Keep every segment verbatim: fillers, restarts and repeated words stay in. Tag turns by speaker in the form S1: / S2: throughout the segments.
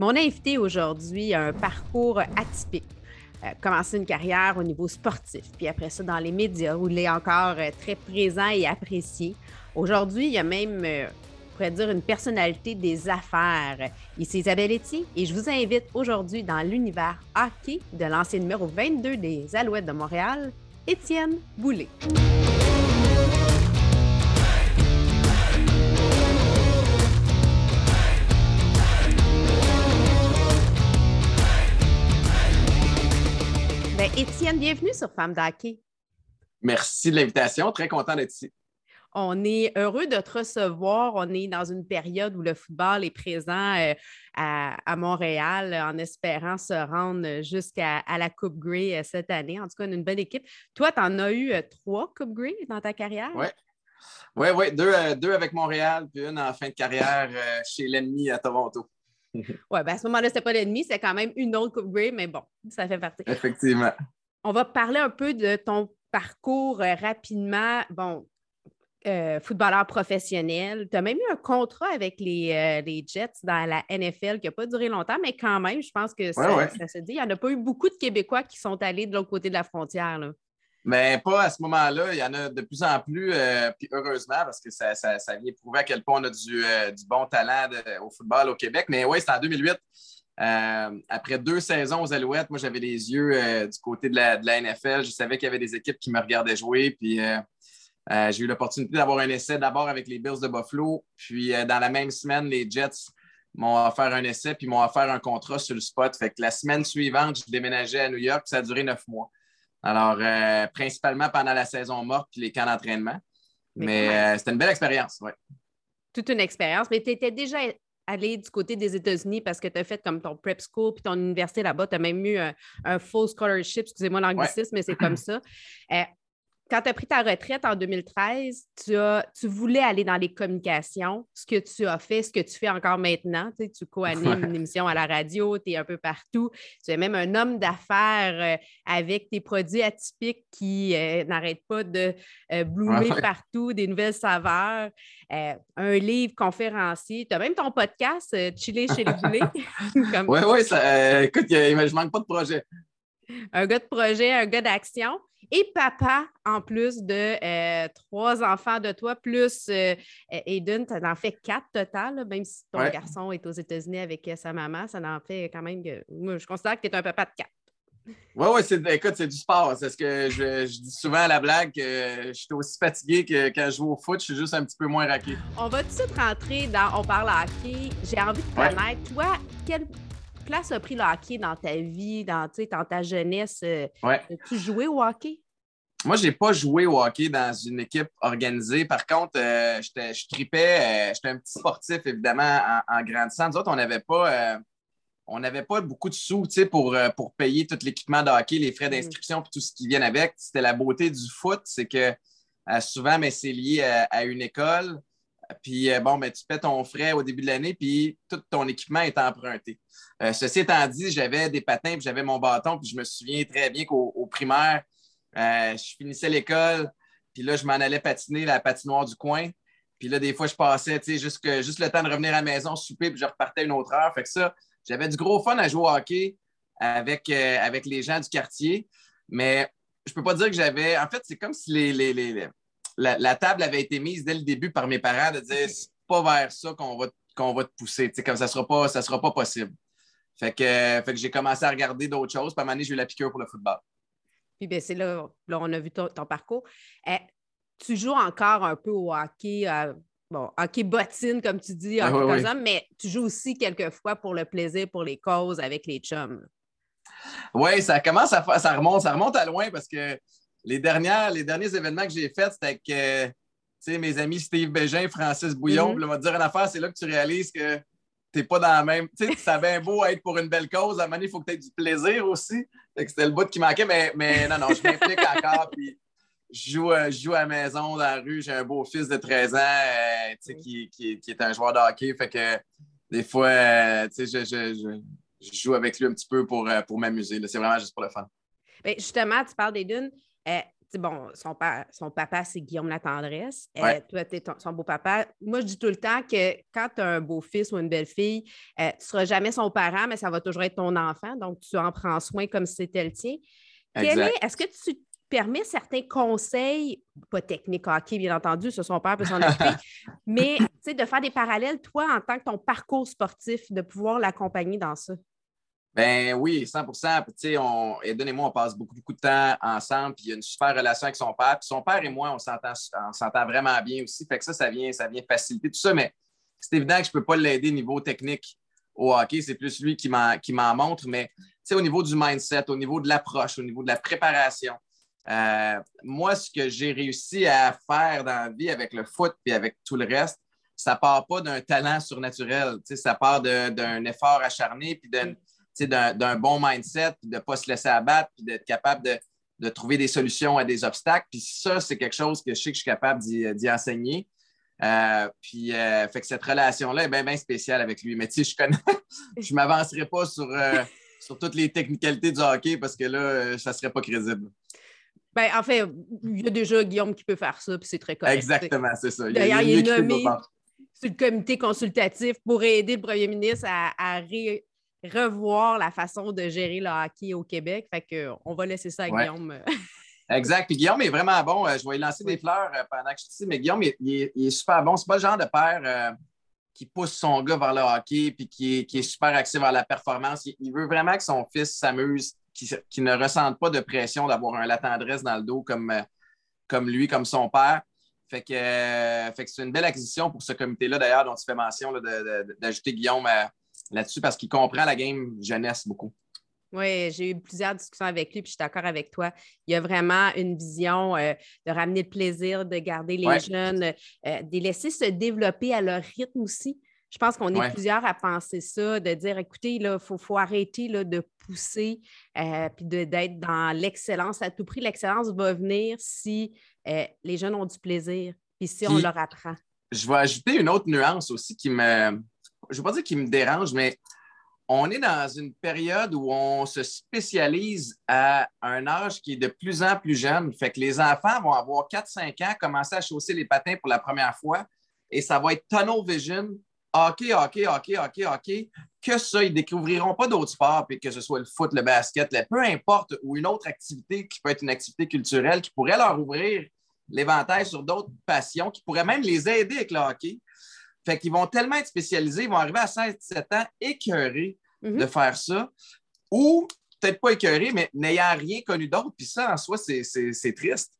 S1: Mon invité aujourd'hui a un parcours atypique. Euh, commencé une carrière au niveau sportif, puis après ça dans les médias, où il est encore euh, très présent et apprécié. Aujourd'hui, il y a même, euh, on pourrait dire, une personnalité des affaires. Ici Isabelle Etier, et je vous invite aujourd'hui dans l'univers hockey de l'ancien numéro vingt-deux des Alouettes de Montréal, Étienne Boulay. Ben, Étienne, bienvenue sur Femmes d'Hockey.
S2: Merci de l'invitation. Très content d'être ici.
S1: On est heureux de te recevoir. On est dans une période où le football est présent euh, à, à Montréal en espérant se rendre jusqu'à à la Coupe Grey euh, cette année. En tout cas, on a une belle équipe. Toi, tu en as eu euh, trois Coupes Grey dans ta carrière?
S2: Oui, oui, oui. Deux, euh, deux avec Montréal, puis une en fin de carrière euh, chez l'ennemi à Toronto.
S1: Oui, ben à ce moment-là, c'était pas l'ennemi, c'est quand même une autre Coupe Grey, mais bon, ça fait partie.
S2: Effectivement.
S1: On va parler un peu de ton parcours euh, rapidement. Bon, euh, footballeur professionnel. Tu as même eu un contrat avec les, euh, les Jets dans la N F L qui n'a pas duré longtemps, mais quand même, je pense que ça,
S2: ouais, ouais.
S1: ça se dit. Il n'y en a pas eu beaucoup de Québécois qui sont allés de l'autre côté de la frontière, là.
S2: Mais pas à ce moment-là. Il y en a de plus en plus, euh, puis heureusement, parce que ça, ça, ça vient prouver à quel point on a du, euh, du bon talent de, au football au Québec. Mais oui, c'était en deux mille huit. Euh, après deux saisons aux Alouettes, moi, j'avais les yeux euh, du côté de la, de la N F L. Je savais qu'il y avait des équipes qui me regardaient jouer. Puis euh, euh, j'ai eu l'opportunité d'avoir un essai d'abord avec les Bills de Buffalo. Puis euh, dans la même semaine, les Jets m'ont offert un essai puis m'ont offert un contrat sur le spot. Fait que la semaine suivante, je déménageais à New York. Ça a duré neuf mois. Alors, euh, principalement pendant la saison morte puis les camps d'entraînement. Mais, Mais euh, c'était une belle expérience, oui.
S1: Toute une expérience. Mais tu étais déjà allé du côté des États-Unis parce que tu as fait comme ton prep school puis ton université là-bas. Tu as même eu un, un full scholarship, excusez-moi l'anglicisme, ouais. Mais c'est comme ça. Euh, Quand tu as pris ta retraite en deux mille treize, tu, as, tu voulais aller dans les communications, ce que tu as fait, ce que tu fais encore maintenant. Tu sais, tu co-animes une émission à la radio, tu es un peu partout. Tu es même un homme d'affaires euh, avec tes produits atypiques qui euh, n'arrêtent pas de euh, bloomer ouais. partout, des nouvelles saveurs. Euh, un livre conférencier. Tu as même ton podcast, euh, Chiller chez les Boulets.
S2: Comme... Oui, oui, euh, écoute, je ne manque pas de projet.
S1: Un gars de projet, un gars d'action. Et papa, en plus de euh, trois enfants de toi, plus euh, Aiden, tu en fais quatre total, là, même si ton ouais. garçon est aux États-Unis avec euh, sa maman, ça en fait quand même. Que, moi, je considère que tu es un papa de quatre.
S2: Oui, oui, écoute, c'est du sport. C'est ce que je, je dis souvent à la blague, que je suis aussi fatigué que quand je joue au foot, je suis juste un petit peu moins raqué.
S1: On va tout de suite rentrer dans On parle hockey. J'ai envie de connaître, ouais. toi, quel place a pris le hockey dans ta vie, dans, dans ta jeunesse?
S2: Ouais.
S1: As-tu joué au hockey?
S2: Moi, je n'ai pas joué au hockey dans une équipe organisée. Par contre, euh, je tripais, euh, j'étais un petit sportif, évidemment, en, en grandissant. Nous autres, on n'avait pas, euh, on n'avait pas beaucoup de sous pour, euh, pour payer tout l'équipement de hockey, les frais d'inscription et tout ce qui vient avec. C'était la beauté du foot, c'est que euh, souvent, mais c'est lié à, à une école. Puis, euh, bon, ben, tu paies ton frais au début de l'année, puis tout ton équipement est emprunté. Euh, ceci étant dit, j'avais des patins, puis j'avais mon bâton, puis je me souviens très bien qu'au au primaire, euh, je finissais l'école, puis là, je m'en allais patiner la patinoire du coin. Puis là, des fois, je passais, tu sais, juste, juste le temps de revenir à la maison, souper, puis je repartais une autre heure. Fait que ça, j'avais du gros fun à jouer au hockey avec, euh, avec les gens du quartier. Mais je peux pas dire que j'avais... En fait, c'est comme si les... les, les, les... La, la table avait été mise dès le début par mes parents de dire c'est pas vers ça qu'on va, qu'on va te pousser. Tu sais, comme ça sera pas, ça sera pas possible. Fait que, euh, fait que j'ai commencé à regarder d'autres choses. Puis à un moment donné, j'ai eu la piqûre pour le football.
S1: Puis bien, c'est là, là, on a vu ton, ton parcours. Eh, tu joues encore un peu au hockey, euh, bon, hockey bottine, comme tu dis, hockey ah, oui, oui. mais tu joues aussi quelquefois pour le plaisir, pour les causes avec les chums.
S2: Oui, ça commence à ça remonte, ça remonte à loin parce que les, dernières, les derniers événements que j'ai faits, c'était avec euh, mes amis Steve Bégin, Francis Bouillon. Mm-hmm. Puis, on va te dire une affaire, c'est là que tu réalises que tu n'es pas dans la même. Tu sais, ça bien beau être pour une belle cause. À un moment donné, il faut que tu aies du plaisir aussi. C'était le bout qui manquait, mais, mais non, non, je m'implique encore. Puis je joue, euh, je joue à la maison, dans la rue. J'ai un beau fils de treize ans euh, mm-hmm. qui, qui, qui est un joueur de hockey. Fait que des fois, euh, je, je, je, je joue avec lui un petit peu pour, pour m'amuser. C'est vraiment juste pour le fun.
S1: Bien, justement, tu parles des dunes. Euh, bon, son, pa- son papa, c'est Guillaume Latendresse. Euh,
S2: Ouais.
S1: toi, tu es son beau-papa. Moi, je dis tout le temps que quand tu as un beau-fils ou une belle-fille, euh, tu ne seras jamais son parent, mais ça va toujours être ton enfant. Donc, tu en prends soin comme si c'était le tien. Quel est,
S2: Exact.
S1: est-ce que tu te permets certains conseils, pas techniques hockey, bien entendu, ça, son père peut s'en occuper, mais de faire des parallèles, toi, en tant que ton parcours sportif, de pouvoir l'accompagner dans ça?
S2: Ben oui, cent pour cent. Puis, tu sais, on, Eden et moi, on passe beaucoup, beaucoup de temps ensemble. Puis il y a une super relation avec son père. Puis son père et moi, on s'entend, on s'entend vraiment bien aussi. Fait que ça, ça vient, ça vient faciliter tout ça. Mais c'est évident que je ne peux pas l'aider au niveau technique au hockey. C'est plus lui qui m'en, qui m'en montre. Mais tu sais, au niveau du mindset, au niveau de l'approche, au niveau de la préparation, euh, moi, ce que j'ai réussi à faire dans la vie avec le foot et avec tout le reste, ça ne part pas d'un talent surnaturel. Tu sais, ça part de, d'un effort acharné puis d'une d'un, d'un bon mindset, puis de ne pas se laisser abattre, puis d'être capable de, de trouver des solutions à des obstacles. Puis ça, c'est quelque chose que je sais que je suis capable d'y, d'y enseigner. Euh, puis, euh, fait que cette relation-là est bien, bien spéciale avec lui. Mais tu sais, je connais, je ne m'avancerai pas sur, euh, sur toutes les technicalités du hockey parce que là, ça ne serait pas crédible.
S1: Ben, en fait, il y a déjà Guillaume qui peut faire ça, puis c'est très correct.
S2: Exactement, c'est ça.
S1: D'ailleurs, il, il est nommé sur le comité consultatif pour aider le premier ministre à, à ré revoir la façon de gérer le hockey au Québec. Fait qu'on va laisser ça à ouais. Guillaume.
S2: Exact. Puis Guillaume est vraiment bon. Je vais lui lancer oui. des fleurs pendant que je suis ici, mais Guillaume, il, il, est, il est super bon. C'est pas le genre de père euh, qui pousse son gars vers le hockey puis qui est, qui est super axé vers la performance. Il, il veut vraiment que son fils s'amuse, qu'il qui ne ressente pas de pression d'avoir un Latendresse dans le dos comme, comme lui, comme son père. Fait que, euh, fait que c'est une belle acquisition pour ce comité-là, d'ailleurs, dont tu fais mention là, de, de, d'ajouter Guillaume à là-dessus parce qu'il comprend la game jeunesse beaucoup.
S1: Oui, j'ai eu plusieurs discussions avec lui, puis je suis d'accord avec toi. Il y a vraiment une vision euh, de ramener le plaisir, de garder les ouais. jeunes, euh, de les laisser se développer à leur rythme aussi. Je pense qu'on est ouais. plusieurs à penser ça, de dire, écoutez, il faut, faut arrêter là, de pousser euh, puis de, d'être dans l'excellence. À tout prix, l'excellence va venir si euh, les jeunes ont du plaisir, puis si puis, on leur apprend.
S2: Je vais ajouter une autre nuance aussi qui me... Je ne veux pas dire qu'il me dérange, mais on est dans une période où on se spécialise à un âge qui est de plus en plus jeune. Fait que les enfants vont avoir quatre cinq ans, commencer à chausser les patins pour la première fois et ça va être tunnel vision, hockey, hockey, hockey, hockey, hockey. Que ça, ils ne découvriront pas d'autres sports, puis que ce soit le foot, le basket, le, peu importe, ou une autre activité qui peut être une activité culturelle qui pourrait leur ouvrir l'éventail sur d'autres passions, qui pourrait même les aider avec le hockey. Fait qu'ils vont tellement être spécialisés, ils vont arriver à seize dix-sept ans écœurés mm-hmm. de faire ça, ou peut-être pas écœurés, mais n'ayant rien connu d'autre. Puis ça, en soi, c'est, c'est, c'est triste.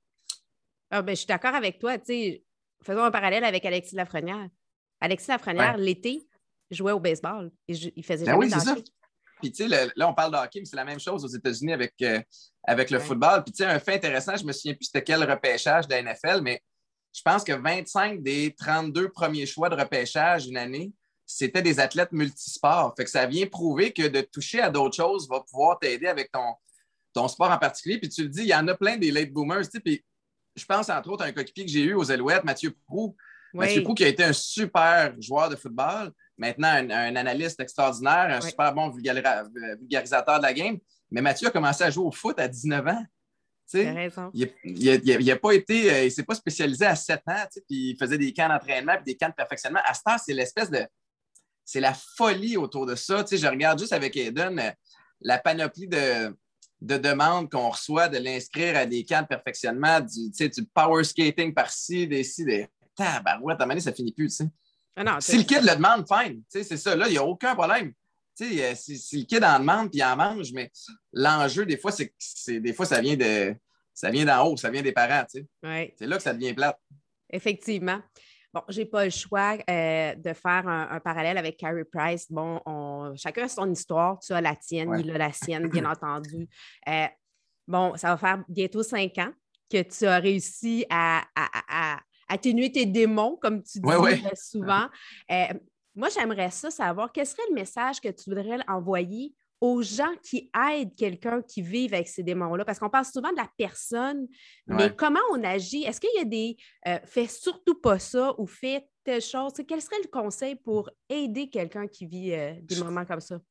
S1: Ah, ben, je suis d'accord avec toi. T'sais, faisons un parallèle avec Alexis Lafrenière. Alexis Lafrenière, ouais. l'été, jouait au baseball. Il, il faisait
S2: ben
S1: jamais
S2: oui,
S1: de
S2: c'est
S1: hockey.
S2: Ça. Puis, tu sais, là, on parle de hockey, mais c'est la même chose aux États-Unis avec, euh, avec le ouais. football. Puis, tu sais, un fait intéressant, je me souviens plus c'était quel repêchage de la N F L, mais je pense que vingt-cinq des trente-deux premiers choix de repêchage une année, c'était des athlètes multisports. Fait que ça vient prouver que de toucher à d'autres choses va pouvoir t'aider avec ton, ton sport en particulier. Puis tu le dis, il y en a plein des late boomers. Tu sais, puis je pense entre autres à un coéquipier que j'ai eu aux Alouettes, Mathieu Proulx. Oui. Mathieu Proulx qui a été un super joueur de football, maintenant un, un analyste extraordinaire, un oui. super bon vulgarisateur de la game. Mais Mathieu a commencé à jouer au foot à dix-neuf ans.
S1: Raison.
S2: Il n'a pas été, il ne s'est pas spécialisé à sept ans, puis il faisait des camps d'entraînement et des camps de perfectionnement. À ce temps, c'est l'espèce de. C'est la folie autour de ça. T'sais, je regarde juste avec Eden la panoplie de, de demandes qu'on reçoit de l'inscrire à des camps de perfectionnement, du, du power skating par-ci, des ci, des. Tabarouette, à un moment donné, ça finit plus. Ah non, si le kid le demande, fine. C'est ça, là, il n'y a aucun problème. Si, si le kid en demande puis il en mange, mais l'enjeu, des fois, c'est, c'est des fois, ça vient de ça vient d'en haut, ça vient des parents.
S1: Ouais.
S2: C'est là que ça devient plate.
S1: Effectivement. Bon, je n'ai pas le choix euh, de faire un, un parallèle avec Carey Price. Bon, on, chacun a son histoire. Tu as la tienne, ouais. il a la sienne, bien entendu. Euh, bon, ça va faire bientôt cinq ans que tu as réussi à, à, à, à atténuer tes démons, comme tu dis ouais, ouais. souvent. Euh, Moi, j'aimerais ça savoir quel serait le message que tu voudrais envoyer aux gens qui aident quelqu'un qui vit avec ces démons-là? Parce qu'on parle souvent de la personne, mais ouais. comment on agit? Est-ce qu'il y a des euh, « fais surtout pas ça » ou « fais telle chose ». Quel serait le conseil pour aider quelqu'un qui vit euh, des moments comme ça?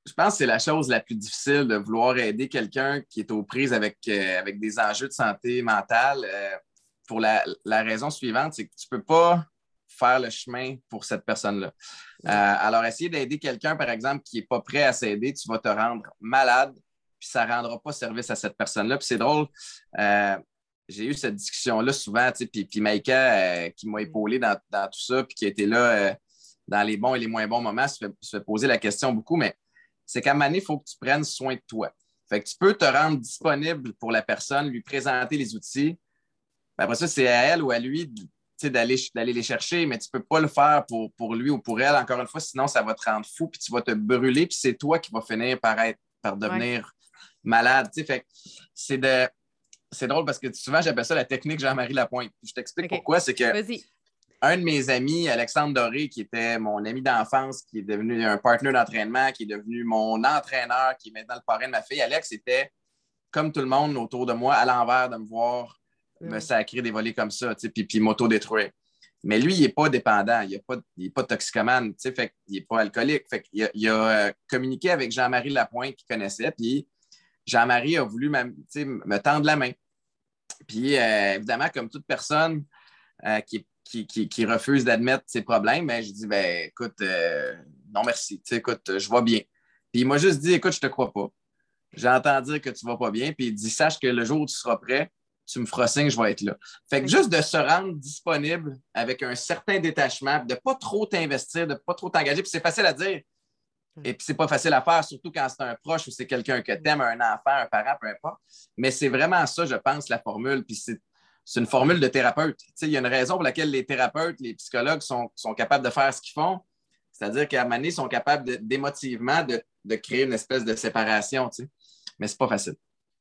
S2: je pense que c'est la chose la plus difficile de vouloir aider quelqu'un qui est aux prises avec, euh, avec des enjeux de santé mentale euh, pour la, la raison suivante, c'est que tu ne peux pas faire le chemin pour cette personne-là. Euh, alors, essayer d'aider quelqu'un, par exemple, qui n'est pas prêt à s'aider, tu vas te rendre malade, puis ça ne rendra pas service à cette personne-là. Puis c'est drôle, euh, j'ai eu cette discussion-là souvent, puis, puis Maïka, euh, qui m'a épaulé dans, dans tout ça, puis qui a été là euh, dans les bons et les moins bons moments, se fait, se fait poser la question beaucoup, mais c'est qu'à un moment donné, il faut que tu prennes soin de toi. Fait que tu peux te rendre disponible pour la personne, lui présenter les outils. Puis après ça, c'est à elle ou à lui d'aller, d'aller les chercher, mais tu ne peux pas le faire pour, pour lui ou pour elle, encore une fois, sinon ça va te rendre fou, puis tu vas te brûler, puis c'est toi qui vas finir par, être, par devenir ouais. malade. Fait que c'est, de, c'est drôle parce que souvent, j'appelle ça la technique Jean-Marie Lapointe. Puis je t'explique okay. pourquoi. C'est que
S1: Vas-y.
S2: Un de mes amis, Alexandre Doré, qui était mon ami d'enfance, qui est devenu un partenaire d'entraînement, qui est devenu mon entraîneur, qui est maintenant le parrain de ma fille, Alex, était, comme tout le monde autour de moi, à l'envers de me voir me sacrer des volets comme ça, puis, puis m'auto-détruire. Mais lui, il n'est pas dépendant, il n'est pas, pas toxicomane, fait, il n'est pas alcoolique. Fait, il, a, il a communiqué avec Jean-Marie Lapointe, qu'il connaissait, puis Jean-Marie a voulu me tendre la main. Puis, euh, évidemment, comme toute personne euh, qui, qui, qui, qui refuse d'admettre ses problèmes, ben, je dis, ben, écoute, euh, non merci, écoute, je vais bien. Puis il m'a juste dit, écoute, je ne te crois pas. J'entends dire que tu ne vas pas bien, puis il dit, sache que le jour où tu seras prêt, tu me feras signe, je vais être là. Fait que juste de se rendre disponible avec un certain détachement, de ne pas trop t'investir, de ne pas trop t'engager, puis c'est facile à dire, et puis c'est pas facile à faire, surtout quand c'est un proche ou c'est quelqu'un que tu aimes, un enfant, un parent, peu importe. Mais c'est vraiment ça, je pense, la formule, puis c'est, c'est une formule de thérapeute. Il y a une raison pour laquelle les thérapeutes, les psychologues sont, sont capables de faire ce qu'ils font, c'est-à-dire qu'à un moment donné, ils sont capables de, d'émotivement de, de créer une espèce de séparation, t'sais. Mais c'est pas facile.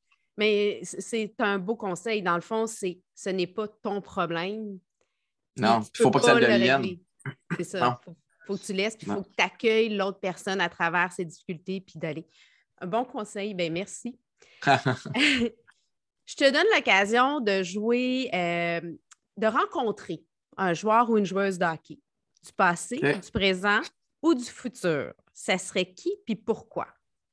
S1: Mais c'est un beau conseil. Dans le fond, c'est ce n'est pas ton problème.
S2: Non, il ne faut pas que ça le devienne.
S1: C'est ça. Il faut, faut que tu laisses, puis il faut que tu accueilles l'autre personne à travers ses difficultés, puis d'aller. Un bon conseil, bien merci. Je te donne l'occasion de jouer, euh, de rencontrer un joueur ou une joueuse de hockey. Du passé, okay. du présent ou du futur. Ça serait qui, puis pourquoi?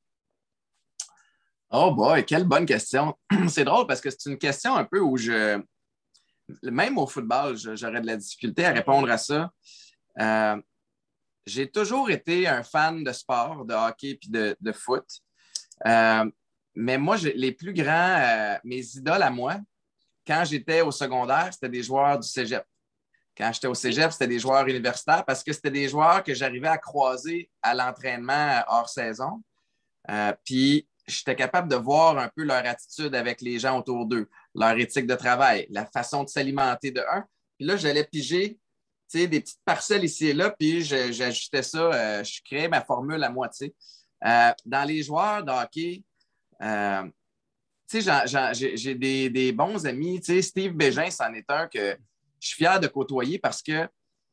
S2: Oh boy, quelle bonne question. C'est drôle parce que c'est une question un peu où je... Même au football, je, j'aurais de la difficulté à répondre à ça. Euh, j'ai toujours été un fan de sport, de hockey puis de, de foot. Euh, mais moi, j'ai, les plus grands, euh, mes idoles à moi, quand j'étais au secondaire, c'était des joueurs du cégep. Quand j'étais au cégep, c'était des joueurs universitaires parce que c'était des joueurs que j'arrivais à croiser à l'entraînement hors saison. Euh, puis, j'étais capable de voir un peu leur attitude avec les gens autour d'eux, leur éthique de travail, la façon de s'alimenter de un. Puis là, j'allais piger des petites parcelles ici et là, puis je, j'ajustais ça, euh, je créais ma formule à moitié. Euh, dans les joueurs de hockey, euh, j'en, j'en, j'ai, j'ai des, des bons amis. Steve Bégin, c'en est un que je suis fier de côtoyer parce que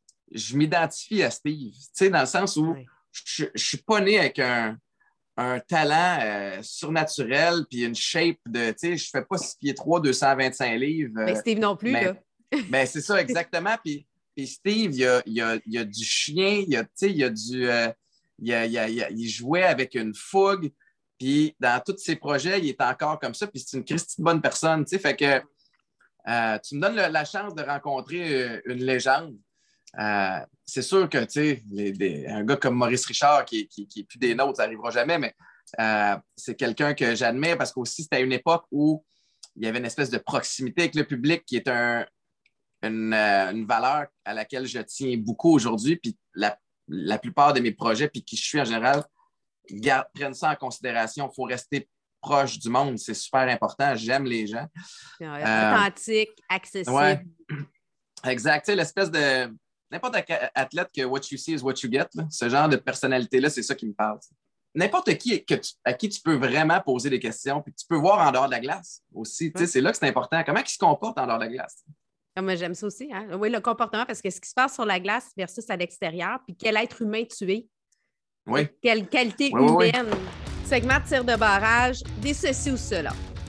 S2: je m'identifie à Steve, dans le sens où oui. je ne suis pas né avec un un talent euh, surnaturel, puis une shape de, tu sais, je fais pas six pieds trois, deux cent vingt-cinq livres. Euh,
S1: mais Steve non plus,
S2: mais,
S1: là.
S2: ben, c'est ça, exactement. Puis, puis Steve, il y a, il, a, il a du chien, il, a, il, a du, euh, il, a, il, a, il, a, il jouait avec une fougue, puis dans tous ses projets, il est encore comme ça, puis c'est une Christie de bonne personne, tu sais, fait que euh, tu me donnes le, la chance de rencontrer une légende. Euh, c'est sûr que, tu sais, les, des, un gars comme Maurice Richard, qui n'est qui, plus des nôtres, ça n'arrivera jamais, mais euh, c'est quelqu'un que j'admire parce qu'aussi, c'était une époque où il y avait une espèce de proximité avec le public qui est un, une, euh, une valeur à laquelle je tiens beaucoup aujourd'hui. Puis la, la plupart de mes projets, puis qui je suis en général, garde, prennent ça en considération. Il faut rester proche du monde. C'est super important. J'aime les gens.
S1: Authentique, euh, accessible.
S2: Ouais. Exact. Tu sais, l'espèce de... N'importe quel athlète que what you see is what you get, là, ce genre de personnalité-là, c'est ça qui me parle. N'importe qui que tu, à qui tu peux vraiment poser des questions, puis tu peux voir en dehors de la glace aussi. Ouais. C'est là que c'est important. Comment ils se comportent en dehors de la glace?
S1: Ah, moi, j'aime ça aussi. Hein? Oui, le comportement, parce que ce qui se passe sur la glace versus à l'extérieur, puis quel être humain tu es.
S2: Oui.
S1: Quelle qualité
S2: oui,
S1: humaine.
S2: Oui,
S1: oui. Segment de tir de barrage, des ceci ou cela.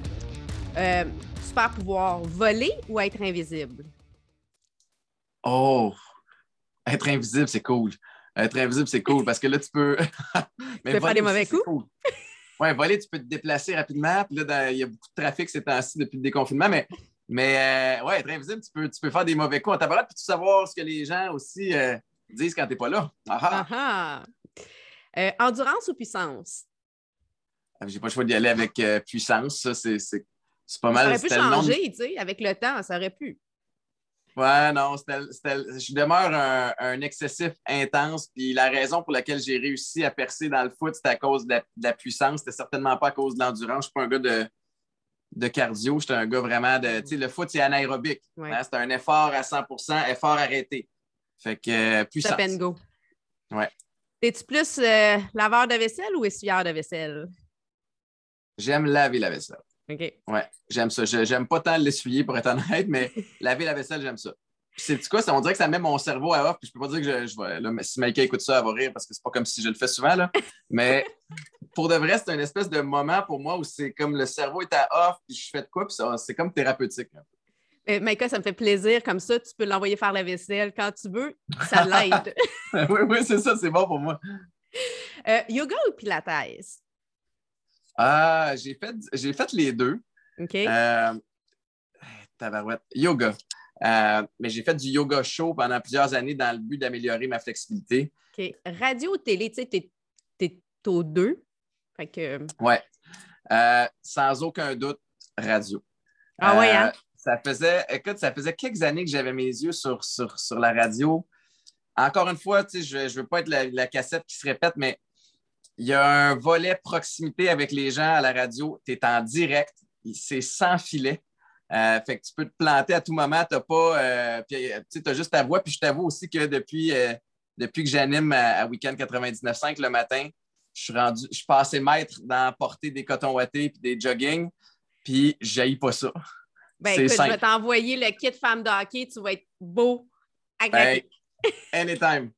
S1: Euh, super pouvoir, voler ou être invisible?
S2: Oh! Être invisible, c'est cool. Être invisible, c'est cool parce que là, tu peux.
S1: Mais tu peux faire des mauvais coups.
S2: Cool. Oui, voler, tu peux te déplacer rapidement. Puis là, dans... il y a beaucoup de trafic ces temps-ci depuis le déconfinement. Mais, mais euh, ouais, être invisible, tu peux, tu peux faire des mauvais coups en tabarouette. Puis tu savoir ce que les gens aussi euh, disent quand tu n'es pas là. Ah
S1: ah. Euh, endurance ou puissance?
S2: J'ai pas le choix d'y aller avec euh, puissance. Ça, c'est, c'est, c'est pas mal.
S1: Ça aurait pu changer,
S2: nom...
S1: tu sais, avec le temps, ça aurait pu.
S2: Ouais, non, c'était, c'était, je demeure un, un excessif intense. Puis la raison pour laquelle j'ai réussi à percer dans le foot, c'était à cause de la, de la puissance. C'était certainement pas à cause de l'endurance. Je suis pas un gars de, de cardio. J'étais un gars vraiment de. Tu sais, le foot, c'est anaérobique. Ouais. Hein, c'est un effort à cent pour cent, effort arrêté. Fait que euh, puissance.
S1: Stop and go.
S2: Ouais.
S1: T'es-tu plus euh, laveur de vaisselle ou essuyeur de vaisselle?
S2: J'aime laver la vaisselle.
S1: OK.
S2: Ouais, j'aime ça. Je, j'aime pas tant l'essuyer pour être honnête, mais laver la vaisselle, j'aime ça. Puis c'est quoi, ça, on dirait que ça met mon cerveau à off, puis je peux pas dire que je, je vais. Là, si Maïka écoute ça, elle va rire parce que c'est pas comme si je le fais souvent, là. Mais pour de vrai, c'est une espèce de moment pour moi où c'est comme le cerveau est à off, puis je fais de quoi, puis ça, c'est comme thérapeutique.
S1: Euh, Maïka, ça me fait plaisir. Comme ça, tu peux l'envoyer faire la vaisselle quand tu veux. Ça l'aide.
S2: oui, oui, c'est ça, c'est bon pour moi.
S1: Euh, yoga ou pilates?
S2: Ah, j'ai fait, j'ai fait les deux.
S1: OK.
S2: Euh, tabarouette. Yoga. Euh, mais j'ai fait du yoga chaud pendant plusieurs années dans le but d'améliorer ma flexibilité.
S1: OK. Radio ou télé, tu sais, t'es, t'es aux deux. Fait que...
S2: Ouais. Euh, sans aucun doute, radio.
S1: Ah ouais, hein?
S2: Euh, ça faisait, écoute, ça faisait quelques années que j'avais mes yeux sur, sur, sur la radio. Encore une fois, tu sais, je ne veux pas être la, la cassette qui se répète, mais il y a un volet proximité avec les gens à la radio. Tu es en direct. C'est sans filet. Euh, fait que tu peux te planter à tout moment. Tu n'as pas. Euh, tu as juste ta voix. Puis je t'avoue aussi que depuis, euh, depuis que j'anime à, à Week-end quatre-vingt-dix-neuf virgule cinq le matin, je suis rendu, je suis passé maître dans porter des cotons wattés et des jogging. Puis je n'haïs pas ça.
S1: Ben écoute, simple. Je vais t'envoyer le kit femme de hockey. Tu vas être beau, agréable.
S2: Hey, anytime.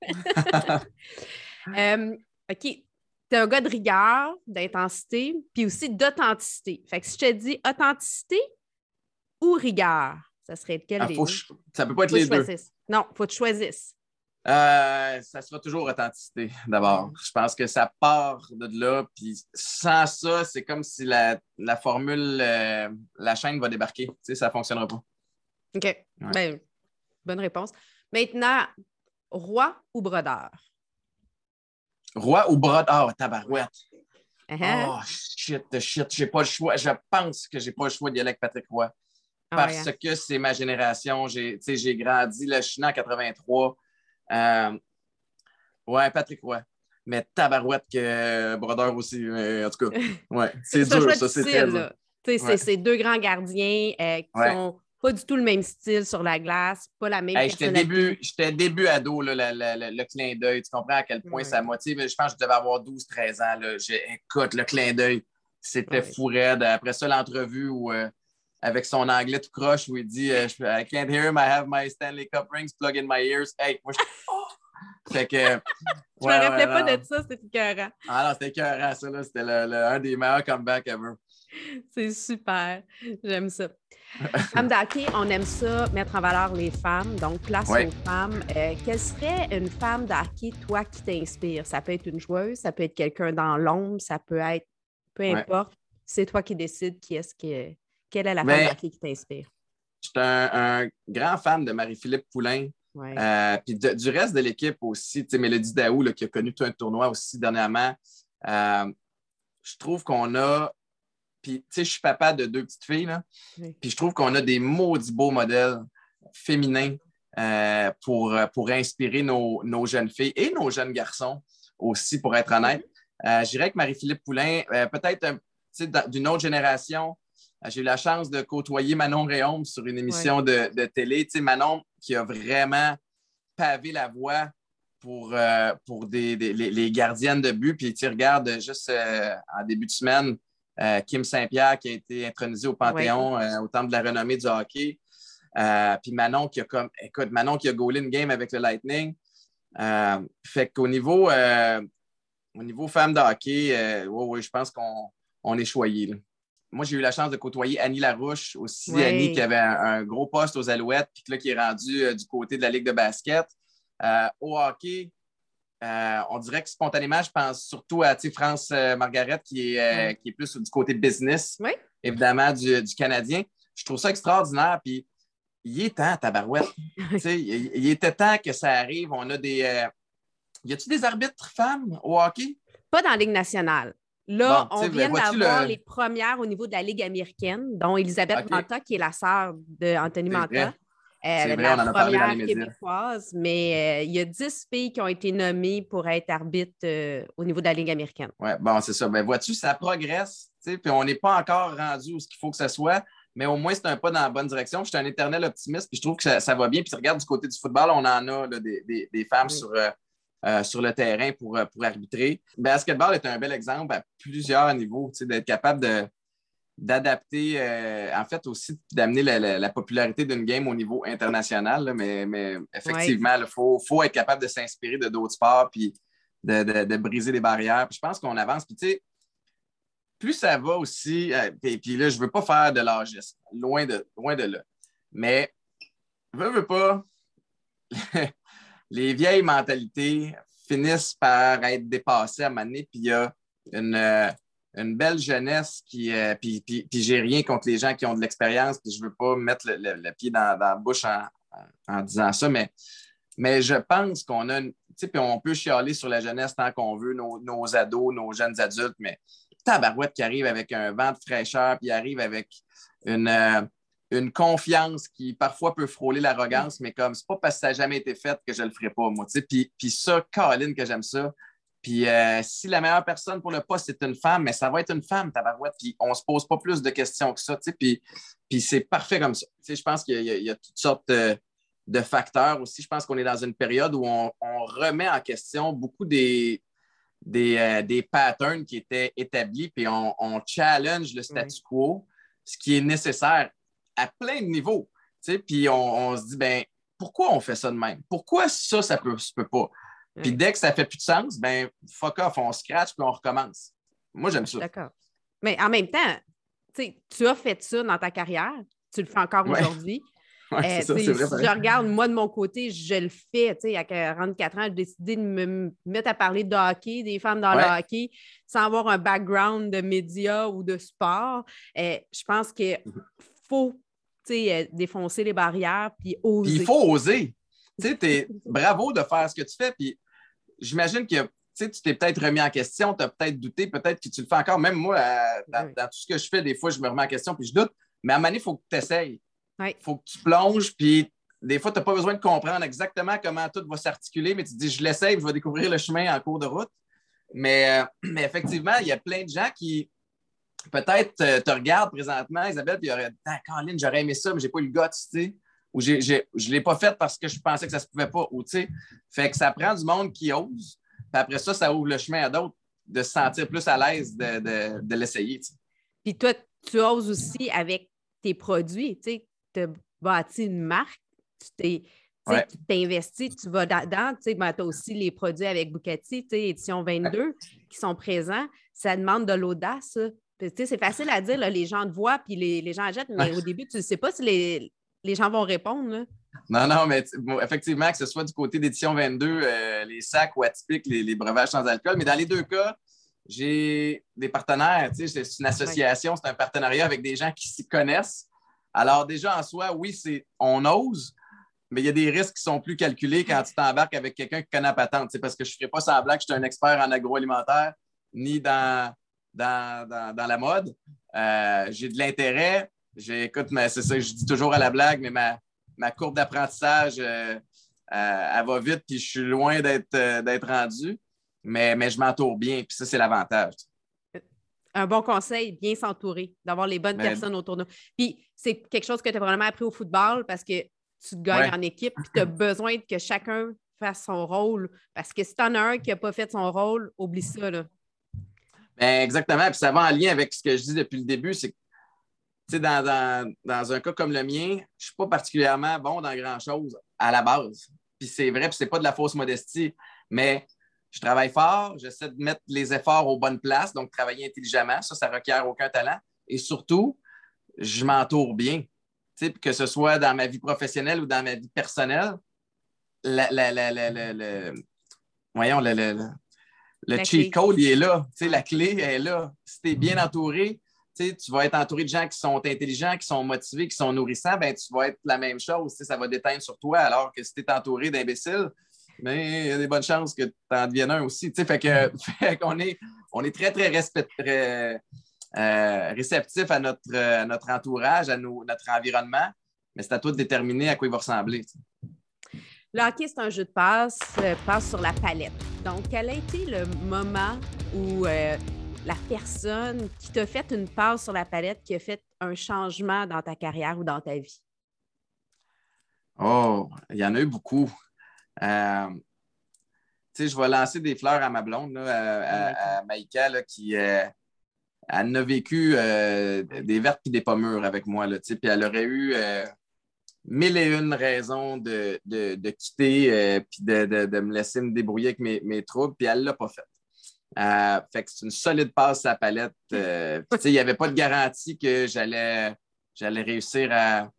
S1: um, OK. Tu es un gars de rigueur, d'intensité, puis aussi d'authenticité. Fait que si je te dis authenticité ou rigueur, ça serait lequel
S2: ah,
S1: des
S2: deux?
S1: deux?
S2: Ça peut pas être
S1: faut
S2: les deux.
S1: Non, il faut que tu choisisses.
S2: Euh, ça sera toujours authenticité, d'abord. Je pense que ça part de là, puis sans ça, c'est comme si la, la formule, euh, la chaîne va débarquer. Tu sais, ça ne fonctionnera pas.
S1: OK. Ouais. Ben, bonne réponse. Maintenant, roi ou brodeur?
S2: Roi ou brodeur? Oh, tabarouette.
S1: Uh-huh.
S2: Oh, shit, shit. J'ai pas le choix. Je pense que j'ai pas le choix d'y aller avec Patrick Roy. Parce oh, yeah. que c'est ma génération. J'ai, j'ai grandi, là, je suis né en quatre-vingt-trois. Euh, ouais, Patrick Roy. Mais tabarouette que euh, brodeur aussi. Mais, en tout cas, ouais, c'est dur, ça, c'est très dur.
S1: Ouais. C'est, c'est deux grands gardiens euh, qui
S2: ouais.
S1: sont pas du tout le même style sur la glace, pas la même
S2: hey, j'étais début, j'étais début ado, là, le, le, le, le clin d'œil. Tu comprends à quel point ouais. ça motive. Je pense que je devais avoir douze treize ans. Là. Écoute, le clin d'œil, c'était ouais. fou raide. Après ça, l'entrevue où, euh, avec son anglais tout croche où il dit euh, « I can't hear him, I have my Stanley Cup rings plug in my ears. » Hey, moi, je... Fait que,
S1: ouais, je me rappelais ouais, pas non. de ça, c'était écœurant.
S2: Ah non, c'était écœurant, ça, là. C'était le, le, un des meilleurs comebacks ever.
S1: C'est super. J'aime ça. Femme d'hockey, on aime ça, mettre en valeur les femmes, donc place ouais. aux femmes. Euh, quelle serait une femme d'hockey, toi, qui t'inspire? Ça peut être une joueuse, ça peut être quelqu'un dans l'ombre, ça peut être... Peu importe. Ouais. C'est toi qui décides qui est-ce que... Quelle est la femme Mais, d'hockey qui t'inspire?
S2: Je suis un, un grand fan de Marie-Philippe Poulain.
S1: Ouais.
S2: Euh, puis du reste de l'équipe aussi, tu sais, Mélodie Daou, là, qui a connu tout un tournoi aussi dernièrement. Euh, je trouve qu'on a... Puis, tu sais, je suis papa de deux petites filles, là. Oui. Puis je trouve qu'on a des maudits beaux modèles féminins euh, pour, pour inspirer nos, nos jeunes filles et nos jeunes garçons aussi, pour être honnête. Euh, je dirais que Marie-Philippe Poulain, euh, peut-être d'une autre génération, euh, j'ai eu la chance de côtoyer Manon Réaume sur une émission oui. de, de télé. Tu sais, Manon qui a vraiment pavé la voie pour, euh, pour des, des, les, les gardiennes de but. Puis tu regardes juste euh, en début de semaine, Euh, Kim Saint-Pierre qui a été intronisée au Panthéon oui. euh, au temple de la renommée du hockey. Euh, puis Manon qui a comme écoute, Manon qui a goalé une game avec le Lightning. Euh, fait qu'au niveau euh, au niveau femme de hockey, euh, oui, oui, je pense qu'on on est choyé. Là. Moi, j'ai eu la chance de côtoyer Annie Larouche aussi, oui. Annie qui avait un, un gros poste aux Alouettes, puis là qui est rendue euh, du côté de la Ligue de basket. Euh, au hockey, euh, on dirait que spontanément, je pense surtout à France euh, Margaret, qui est, euh,
S1: Ouais.
S2: qui est plus du côté business,
S1: Oui.
S2: évidemment, du, du Canadien. Je trouve ça extraordinaire. Puis, il est temps, tabarouette. il, il était temps que ça arrive. On a des. Euh... Y a-tu des arbitres femmes au hockey?
S1: Pas dans la Ligue nationale. Là,
S2: Bon,
S1: on vient d'avoir
S2: le...
S1: les premières au niveau de la Ligue américaine, dont Elisabeth
S2: okay.
S1: Manta, qui est la sœur d'Anthony Manta.
S2: C'est
S1: Euh,
S2: vrai,
S1: la
S2: on en a parlé dans les
S1: première
S2: médias.
S1: québécoise, mais euh, il y a dix filles qui ont été nommées pour être arbitres euh, au niveau de la Ligue américaine.
S2: Oui, bon, c'est ça. Ben, vois-tu, ça progresse, puis on n'est pas encore rendu où il faut que ça soit, mais au moins, c'est un pas dans la bonne direction. Je suis un éternel optimiste, puis je trouve que ça, ça va bien. Puis regarde, du côté du football, on en a là, des, des, des femmes oui. sur, euh, euh, sur le terrain pour, pour arbitrer. Le basketball est un bel exemple à plusieurs niveaux, d'être capable de d'adapter, euh, en fait aussi d'amener la, la, la popularité d'une game au niveau international, là, mais, mais effectivement, il faut, faut être capable de s'inspirer de d'autres sports puis de, de, de briser les barrières. Puis je pense qu'on avance. Puis tu sais, plus ça va aussi, euh, puis, puis là, je ne veux pas faire de l'âgisme, loin de, loin de là, mais veux, veux pas, les vieilles mentalités finissent par être dépassées à un moment donné, puis il y a une... Euh, une belle jeunesse qui. Euh, puis, puis, puis j'ai rien contre les gens qui ont de l'expérience, puis je ne veux pas mettre le, le, le pied dans, dans la bouche en, en, en disant ça, mais, mais je pense qu'on a. Tu sais, puis on peut chialer sur la jeunesse tant qu'on veut, nos, nos ados, nos jeunes adultes, mais tabarouette qui arrive avec un vent de fraîcheur, puis arrive avec une, euh, une confiance qui parfois peut frôler l'arrogance, mais comme c'est pas parce que ça n'a jamais été fait que je le ferai pas, moi. Tu sais, puis, puis ça, Caroline, que j'aime ça. Puis euh, si la meilleure personne pour le poste, c'est une femme, mais ça va être une femme, tabarouette. Puis on ne se pose pas plus de questions que ça. Tu sais, puis, puis c'est parfait comme ça. Tu sais, je pense qu'il y a, il y a toutes sortes de, de facteurs aussi. Je pense qu'on est dans une période où on, on remet en question beaucoup des, des, euh, des patterns qui étaient établis, puis on, on challenge le statu quo, ce qui est nécessaire à plein de niveaux. Tu sais, puis on, on se dit, ben pourquoi on fait ça de même? Pourquoi ça, ça ne peut, ça peut pas? Puis dès que ça ne fait plus de sens, ben fuck off, on scratch puis on recommence. Moi, j'aime ça.
S1: D'accord. Mais en même temps, tu as fait ça dans ta carrière, tu le fais encore ouais. aujourd'hui.
S2: Ouais, c'est euh, ça, c'est vrai,
S1: si je regarde, moi, de mon côté, je le fais. À quarante-quatre ans, j'ai décidé de me mettre à parler de hockey, des femmes dans ouais. le hockey, sans avoir un background de médias ou de sport. Euh, je pense qu'il faut défoncer les barrières puis oser.
S2: Puis il faut oser. Tu sais, bravo de faire ce que tu fais. Puis j'imagine que tu t'es peut-être remis en question, tu as peut-être douté, peut-être que tu le fais encore. Même moi, euh, dans, oui. dans tout ce que je fais, des fois, je me remets en question puis je doute. Mais à un moment donné, il faut que tu essayes. Il oui. faut que tu plonges. Puis des fois, tu n'as pas besoin de comprendre exactement comment tout va s'articuler, mais tu te dis, je l'essaye, je vais découvrir le chemin en cours de route. Mais, euh, mais effectivement, il y a plein de gens qui peut-être euh, te regardent présentement, Isabelle, puis ils auraient dit, ah, Caroline, j'aurais aimé ça, mais j'ai pas eu le guts, tu sais. Ou j'ai, j'ai, je ne l'ai pas fait parce que je pensais que ça ne se pouvait pas. Ou, fait que ça prend du monde qui ose. Puis après ça, ça ouvre le chemin à d'autres de se sentir plus à l'aise de, de, de l'essayer. T'sais.
S1: Puis toi, tu oses aussi avec tes produits. Tu as bâti une marque, tu t'es, ouais. tu t'investis, tu vas dedans. Ben, tu as aussi les produits avec Bucati, édition vingt-deux, ouais. qui sont présents. Ça demande de l'audace. C'est facile à dire, là, les gens te voient puis les, les gens achètent, mais ouais. au début, tu ne sais pas si les. Les gens vont répondre. Là.
S2: Non, non, mais bon, effectivement, que ce soit du côté d'édition vingt-deux, euh, les sacs ou atypiques, les, les breuvages sans alcool. Mais dans les deux cas, j'ai des partenaires. C'est une association, c'est un partenariat avec des gens qui s'y connaissent. Alors, déjà en soi, oui, c'est on ose, mais il y a des risques qui sont plus calculés quand tu t'embarques avec quelqu'un qui connaît la patente. Parce que je ne ferai pas semblant que je suis un expert en agroalimentaire ni dans, dans, dans, dans la mode. Euh, j'ai de l'intérêt. Écoute, c'est ça, je dis toujours à la blague, mais ma, ma courbe d'apprentissage, euh, euh, elle va vite, puis je suis loin d'être, euh, d'être rendu, mais, mais je m'entoure bien, puis ça, c'est l'avantage.
S1: Un bon conseil, bien s'entourer, d'avoir les bonnes mais... personnes autour de nous. Puis c'est quelque chose que tu as vraiment appris au football parce que tu gagnes ouais. en équipe, puis tu as besoin que chacun fasse son rôle, parce que si tu en as un qui n'a pas fait son rôle, oublie ça. Là.
S2: Bien, exactement, puis ça va en lien avec ce que je dis depuis le début, c'est que Dans, dans, dans un cas comme le mien, je ne suis pas particulièrement bon dans grand-chose à la base. Puis c'est vrai, puis c'est pas de la fausse modestie, mais je travaille fort, j'essaie de mettre les efforts aux bonnes places, donc travailler intelligemment, ça, ça ne requiert aucun talent. Et surtout, je m'entoure bien. Que ce soit dans ma vie professionnelle ou dans ma vie personnelle, la, la, la, la, la, la... voyons, le, le, le, le
S1: La
S2: cheat
S1: clé.
S2: code, il est là. Tu sais, la clé est là. Si tu es bien entouré, tu sais, tu vas être entouré de gens qui sont intelligents, qui sont motivés, qui sont nourrissants, ben, tu vas être la même chose. Tu sais, ça va déteindre sur toi, alors que si tu es entouré d'imbéciles, mais il y a des bonnes chances que tu en deviennes un aussi. Tu sais, fait que, fait qu'on est, on est très, très respect, très, euh, réceptif à notre, à notre entourage, à nos, notre environnement, mais c'est à toi de déterminer à quoi il va ressembler. Tu sais.
S1: Le hockey, c'est un jeu de passe, euh, passe sur la palette. Donc, quel a été le moment où euh, la personne qui t'a fait une passe sur la palette, qui a fait un changement dans ta carrière ou dans ta vie?
S2: Oh, il y en a eu beaucoup. Euh, tu sais, je vais lancer des fleurs à ma blonde, là, à, à, à Maïka, là, qui euh, elle a vécu euh, des vertes et des pas mûres avec moi. Là, puis elle aurait eu euh, mille et une raisons de, de, de quitter euh, puis de, de, de me laisser me débrouiller avec mes, mes troubles, puis elle ne l'a pas fait. Euh, fait que c'est une solide passe à la palette. Euh, il n'y avait pas de garantie que j'allais, j'allais réussir à,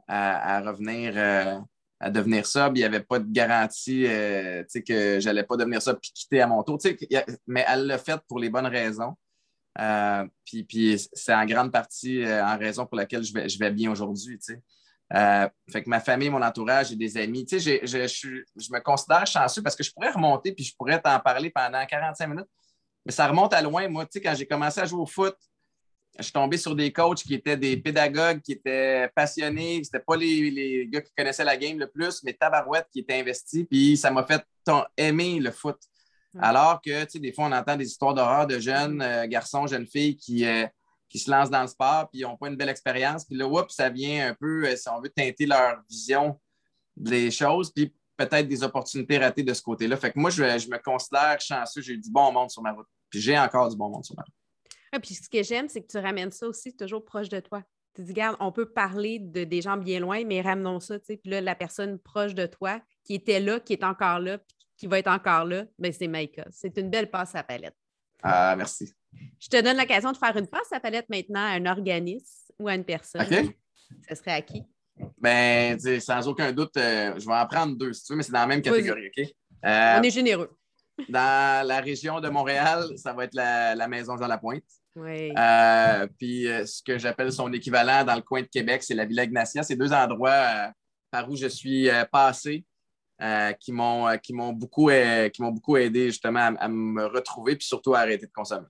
S2: à, à revenir, euh, à devenir sobre. Il n'y avait pas de garantie euh, que j'allais pas devenir sobre puis quitter à mon tour. A, mais elle l'a fait pour les bonnes raisons. Euh, puis, puis c'est en grande partie euh, en raison pour laquelle je vais, je vais bien aujourd'hui. Euh, fait que ma famille, mon entourage et des amis, tu sais, je, je, je, je me considère chanceux parce que je pourrais remonter puis je pourrais t'en parler pendant quarante-cinq minutes, mais ça remonte à loin. Moi, tu sais, quand j'ai commencé à jouer au foot, je suis tombé sur des coachs qui étaient des pédagogues, qui étaient passionnés. C'était pas les, les gars qui connaissaient la game le plus, mais tabarouette qui étaient investis, puis ça m'a fait aimer le foot. Mm. Alors que, tu sais, des fois, on entend des histoires d'horreur de jeunes euh, garçons, jeunes filles qui... Euh, qui se lancent dans le sport, puis ils n'ont pas une belle expérience. Puis là, oups, ça vient un peu, si on veut, teinter leur vision des choses, puis peut-être des opportunités ratées de ce côté-là. Fait que moi, je, je me considère chanceux. J'ai du bon monde sur ma route. Puis j'ai encore du bon monde sur ma route.
S1: Ah, puis ce que j'aime, c'est que tu ramènes ça aussi toujours proche de toi. Tu dis, regarde, on peut parler de des gens bien loin, mais ramenons ça, tu sais. Puis là, la personne proche de toi, qui était là, qui est encore là, puis qui va être encore là, bien, c'est Maïka. C'est une belle passe à la palette.
S2: Ah, merci.
S1: Je te donne l'occasion de faire une passe à palette maintenant à un organisme ou à une personne.
S2: OK.
S1: Ce serait à qui?
S2: Bien, sans aucun doute, euh, je vais en prendre deux, si tu veux, mais c'est dans la même catégorie, OK?
S1: Euh, On est généreux.
S2: Dans la région de Montréal, ça va être la, la Maison Jean-Lapointe.
S1: Oui.
S2: Euh, puis euh, ce que j'appelle son équivalent dans le coin de Québec, c'est la Villa Ignatia. C'est deux endroits euh, par où je suis euh, passé. Euh, qui m'ont euh, qui m'ont beaucoup, euh, qui m'ont beaucoup aidé justement à, à me retrouver puis surtout à arrêter de consommer.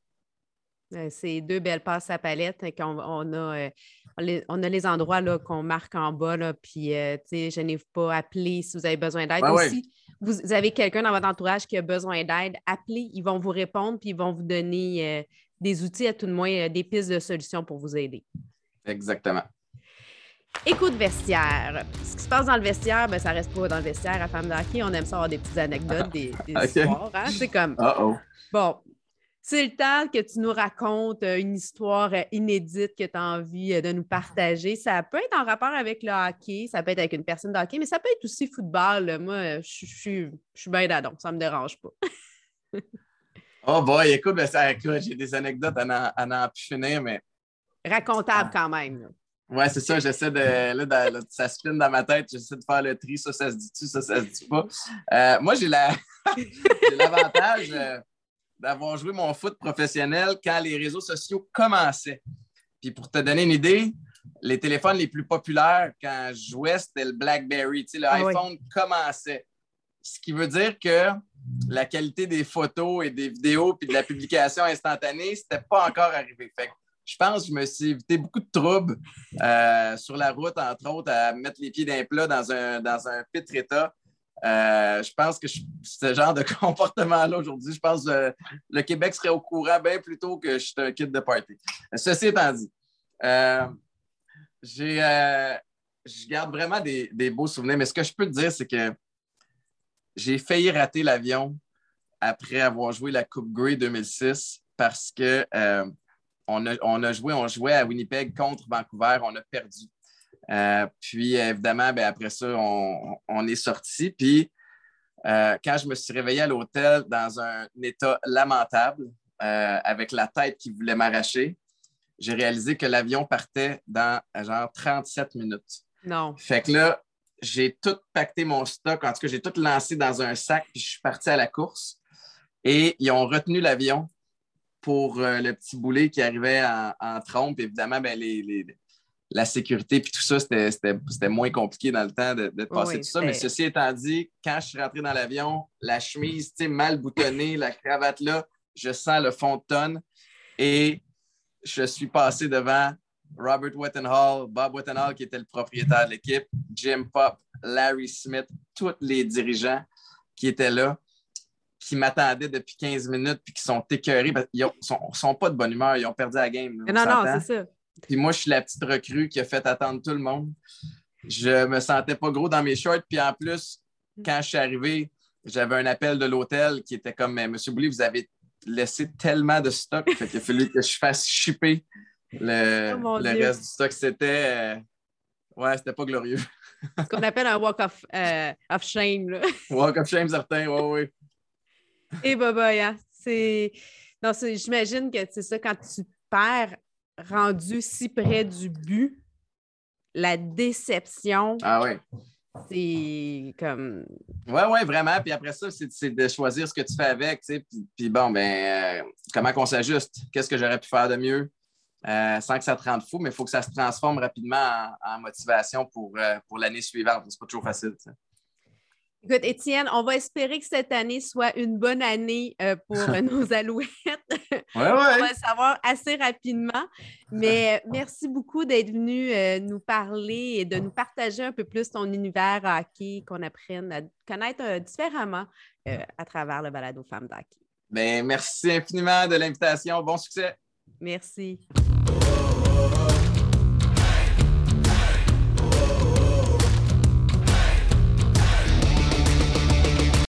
S1: Euh, c'est deux belles passes à palette. On, on, a, euh, on, les, on a les endroits là, qu'on marque en bas, là, puis euh, je n'ai pas appelé si vous avez besoin d'aide.
S2: Ouais,
S1: Ou
S2: ouais.
S1: si vous avez quelqu'un dans votre entourage qui a besoin d'aide, appelez, ils vont vous répondre puis ils vont vous donner euh, des outils, à tout le moins euh, des pistes de solutions pour vous aider.
S2: Exactement.
S1: Écoute vestiaire. Ce qui se passe dans le vestiaire, ben, ça reste pas dans le vestiaire à Femme de hockey. On aime ça avoir des petites anecdotes, des, des okay. histoires. Hein? C'est comme,
S2: Uh-oh.
S1: bon, c'est le temps que tu nous racontes une histoire inédite que tu as envie de nous partager. Ça peut être en rapport avec le hockey, ça peut être avec une personne de hockey, mais ça peut être aussi football. Moi, je suis bien d'adon, ça ne me dérange pas.
S2: Oh boy, écoute, ben ça, écoute, j'ai des anecdotes à n'en, à n'en plus finir, mais...
S1: Racontable ah. quand même. Là.
S2: Ouais, c'est ça, j'essaie de. Là, dans, là, ça spinne dans ma tête, j'essaie de faire le tri, ça, ça se dit-tu, ça, ça se dit pas. Euh, moi, j'ai, la... j'ai l'avantage euh, d'avoir joué mon foot professionnel quand les réseaux sociaux commençaient. Puis pour te donner une idée, les téléphones les plus populaires quand je jouais, c'était le BlackBerry. Tu sais, le ah, iPhone oui. commençait. Ce qui veut dire que la qualité des photos et des vidéos puis de la publication instantanée, c'était pas encore arrivé. Fait que je pense que je me suis évité beaucoup de troubles euh, sur la route, entre autres, à mettre les pieds d'un plat dans un, dans un pitre état. Euh, je pense que je, ce genre de comportement-là aujourd'hui, je pense que euh, le Québec serait au courant bien plus tôt que je suis un kid de party. Ceci étant dit, euh, j'ai, euh, je garde vraiment des, des beaux souvenirs, mais ce que je peux te dire, c'est que j'ai failli rater l'avion après avoir joué la Coupe Grey deux mille six parce que euh, On a, on a joué, on jouait à Winnipeg contre Vancouver, on a perdu. Euh, puis, évidemment, ben, après ça, on, on est sorti. Puis, euh, quand je me suis réveillé à l'hôtel dans un état lamentable, euh, avec la tête qui voulait m'arracher, j'ai réalisé que l'avion partait dans genre trente-sept minutes.
S1: Non.
S2: Fait que là, j'ai tout pacté mon stock. En tout cas, j'ai tout lancé dans un sac, puis je suis parti à la course. Et ils ont retenu l'avion pour euh, le petit boulet qui arrivait en, en trompe. Évidemment, ben, les, les, la sécurité puis tout ça, c'était, c'était, c'était moins compliqué dans le temps de, de passer
S1: Oui,
S2: tout ça. Mais ceci étant dit, quand je suis rentré dans l'avion, la chemise mal boutonnée, la cravate là, je sens le fond de tonne et je suis passé devant Robert Whittenhall, Bob Whittenhall qui était le propriétaire de l'équipe, Jim Pop, Larry Smith, tous les dirigeants qui étaient là, qui m'attendaient depuis quinze minutes puis qui sont écœurés parce qu'ils ne sont, sont pas de bonne humeur, ils ont perdu la game.
S1: Non, non, non, c'est ça.
S2: Puis moi, je suis la petite recrue qui a fait attendre tout le monde. Je me sentais pas gros dans mes shorts. Puis en plus, quand je suis arrivé, j'avais un appel de l'hôtel qui était comme « Monsieur Boulay, vous avez laissé tellement de stock. » Fait qu'il a fallu que je fasse shipper le,
S1: oh
S2: le reste du stock. C'était... Euh... Ouais, c'était pas glorieux.
S1: Ce qu'on appelle un walk of, euh, of shame. Là.
S2: Walk of shame, certain, oui, oui.
S1: Et Baba, hein, c'est... Non, c'est... J'imagine que c'est ça, quand tu perds rendu si près du but, la déception,
S2: ah ouais.
S1: c'est comme...
S2: Oui, oui, vraiment. Puis après ça, c'est, c'est de choisir ce que tu fais avec, tu sais. Puis, puis bon, ben, euh, comment qu'on s'ajuste? Qu'est-ce que j'aurais pu faire de mieux euh, sans que ça te rende fou, mais il faut que ça se transforme rapidement en, en motivation pour, euh, pour l'année suivante. C'est pas toujours facile, tu sais.
S1: Écoute, Étienne, on va espérer que cette année soit une bonne année euh, pour euh, nos Alouettes.
S2: Ouais, ouais.
S1: On va le savoir assez rapidement. Mais merci beaucoup d'être venu euh, nous parler et de nous partager un peu plus ton univers hockey, qu'on apprenne à connaître euh, différemment euh, à travers le balado Femmes d'hockey.
S2: Bien, merci infiniment de l'invitation. Bon succès.
S1: Merci.